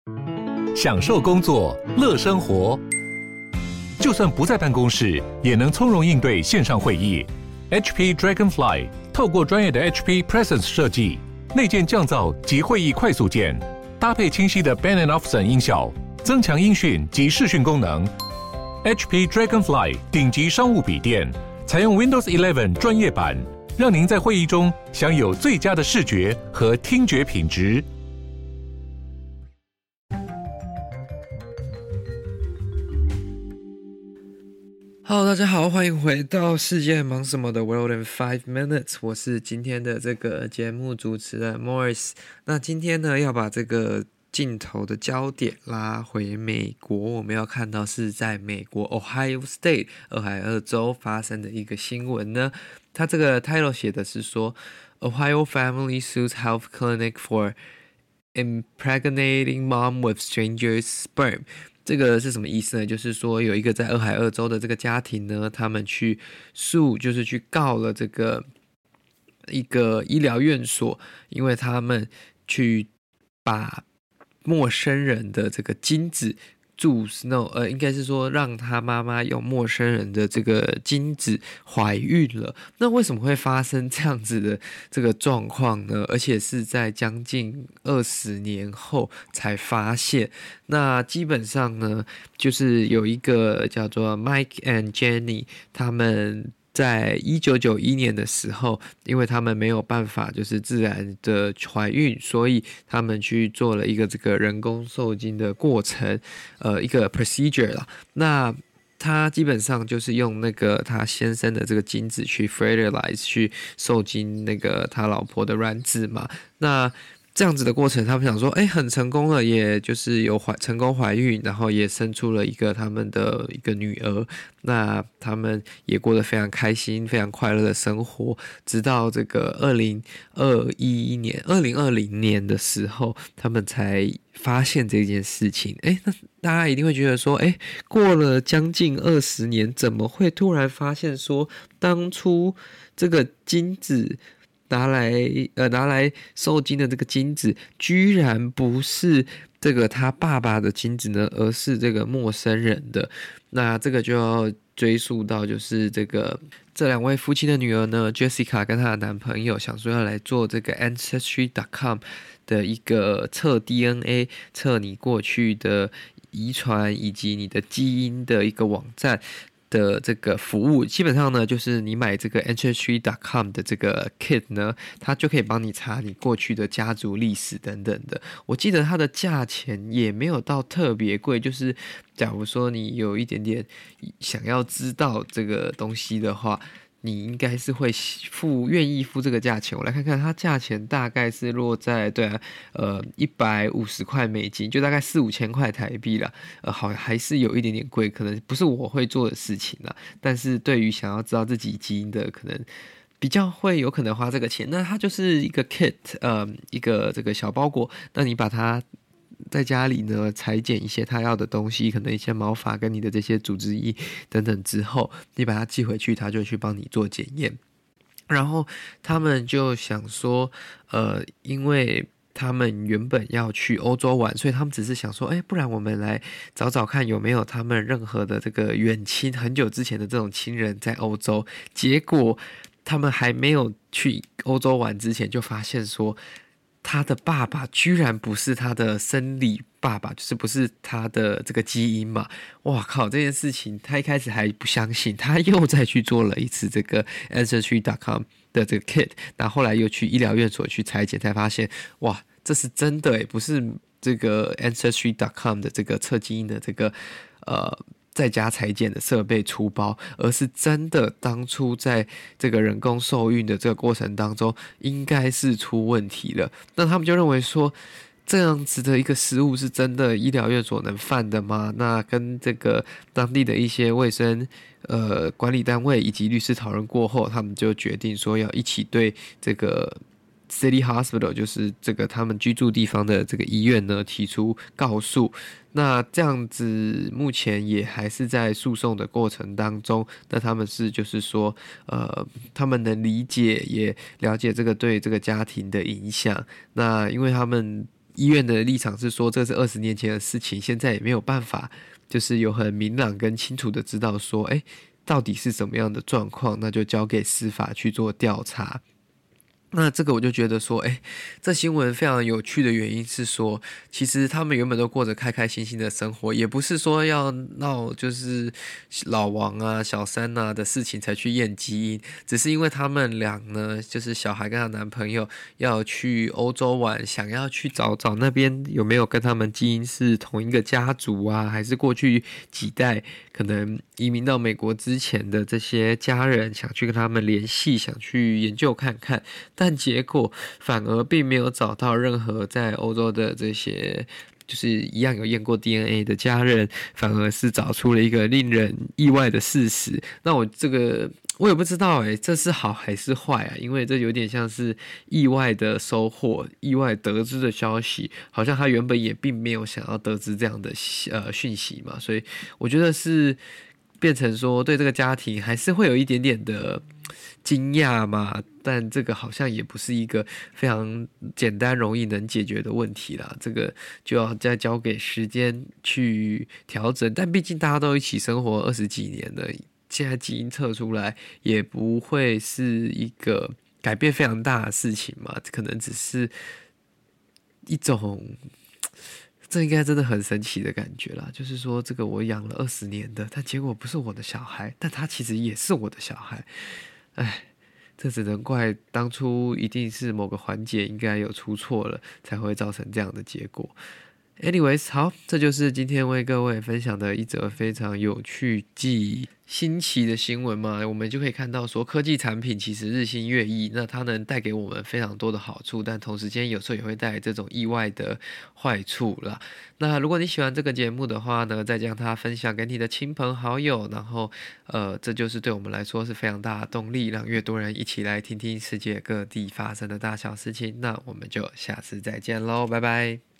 享受工作，乐生活。就算不在办公室，也能从容应对线上会议。HP Dragonfly 透过专业的 HP Presence 设计，内建降噪及会议快速键，搭配清晰的 Bang & Olufsen 音效，增强音讯及视讯功能。HP Dragonfly 顶级商务笔电，采用 Windows 11专业版，让您在会议中享有最佳的视觉和听觉品质。 Hello， 大家好，欢迎回到世界忙什么的 World in 5 Minutes， 我是今天的这个节目主持人 Morris。那今天呢，要把这个镜头的焦点拉回美国，我们要看到是在美国 Ohio State 俄亥俄州发生的一个新闻呢。它这个 title 写的是说 Ohio family sues health clinic for impregnating mom with stranger's sperm。这个是什么意思呢？就是说有一个在俄亥俄州的这个家庭呢，他们去就是去告了这个一个医疗院所，因为他们去把陌生人的这个精子应该是说让他妈妈用陌生人的这个精子怀孕了。那为什么会发生这样子的这个状况呢？而且是在将近20年后才发现。那基本上呢，就是有一个叫做 Mike and Jenny， 他们在1991年的时候，因为他们没有办法就是自然的怀孕，所以他们去做了一个这个人工受精的过程，一个 procedure 啦。那他基本上就是用那个他先生的这个精子去 fertilize 去受精那个他老婆的卵子嘛。那这样子的过程，他们想说，很成功了，也就是有成功怀孕，然后也生出了一个他们的一个女儿。那他们也过得非常开心、非常快乐的生活，直到这个2020年的时候，他们才发现这件事情。那大家一定会觉得说，过了将近20年，怎么会突然发现说，当初这个精子拿来受精的这个精子，居然不是这个他爸爸的精子呢，而是这个陌生人的。那这个就要追溯到，就是这两位夫妻的女儿呢 ，Jessica 跟她的男朋友想说要来做这个 Ancestry.com 的一个测 DNA、测你过去的遗传以及你的基因的一个网站的这个服务。基本上呢，就是你买这个 Ancestry.com 的这个 kit 呢，它就可以帮你查你过去的家族历史等等的。我记得它的价钱也没有到特别贵，就是假如说你有一点点想要知道这个东西的话，你应该是会愿意付这个价钱。我来看看，它价钱大概是落在150块美金，就大概4-5千块台币啦。好，还是有一点点贵，可能不是我会做的事情啦。但是对于想要知道自己基因的，可能比较会有可能花这个钱。那它就是一个 kit， 一个这个小包裹。那你把它在家里呢裁剪一些他要的东西，可能一些毛发跟你的这些组织液等等之后，你把它寄回去，他就去帮你做检验。然后他们就想说，因为他们原本要去欧洲玩，所以他们只是想说，不然我们来找找看有没有他们任何的这个远亲，很久之前的这种亲人在欧洲。结果他们还没有去欧洲玩之前，就发现说，他的爸爸居然不是他的生理爸爸，就是不是他的这个基因嘛。哇靠，这件事情他一开始还不相信，他又再去做了一次这个 Ancestry.com 的这个 kit， 然后后来又去医疗院所去采检，才发现哇，这是真的不是这个 Ancestry.com 的这个测基因的这个在家采检的设备出包，而是真的当初在这个人工受孕的这个过程当中，应该是出问题了。那他们就认为说，这样子的一个失误是真的医疗院所能犯的吗？那跟这个当地的一些卫生管理单位以及律师讨论过后，他们就决定说要一起对这个City Hospital， 就是这个他们居住地方的这个医院呢提出告诉。那这样子目前也还是在诉讼的过程当中。那他们是就是说他们能理解也了解这个对这个家庭的影响。那因为他们医院的立场是说这是20年前的事情，现在也没有办法就是有很明朗跟清楚的知道说到底是什么样的状况，那就交给司法去做调查。那这个我就觉得说，这新闻非常有趣的原因是说，其实他们原本都过着开开心心的生活，也不是说要闹就是老王啊、小三啊的事情才去验基因，只是因为他们俩呢，就是小孩跟她男朋友要去欧洲玩，想要去找那边有没有跟他们基因是同一个家族啊，还是过去几代可能移民到美国之前的这些家人，想去跟他们联系，想去研究看看。但结果反而并没有找到任何在欧洲的这些就是一样有验过 DNA 的家人，反而是找出了一个令人意外的事实。那我也不知道这是好还是坏啊？因为这有点像是意外的收获，意外得知的消息，好像他原本也并没有想要得知这样的讯息嘛，所以我觉得是变成说对这个家庭还是会有一点点的惊讶嘛，但这个好像也不是一个非常简单容易能解决的问题啦，这个就要再交给时间去调整。但毕竟大家都一起生活20几年了，现在基因测出来也不会是一个改变非常大的事情嘛，可能只是一种这应该真的很神奇的感觉啦，就是说这个我养了20年的，但结果不是我的小孩，但他其实也是我的小孩。这只能怪当初一定是某个环节应该有出错了，才会造成这样的结果。Anyways， 好，这就是今天为各位分享的一则非常有趣既新奇的新闻嘛。我们就可以看到说，科技产品其实日新月异，那它能带给我们非常多的好处，但同时间有时候也会带来这种意外的坏处啦。那如果你喜欢这个节目的话呢，再将它分享给你的亲朋好友，然后这就是对我们来说是非常大的动力，让越多人一起来听听世界各地发生的大小事情。那我们就下次再见喽，拜拜。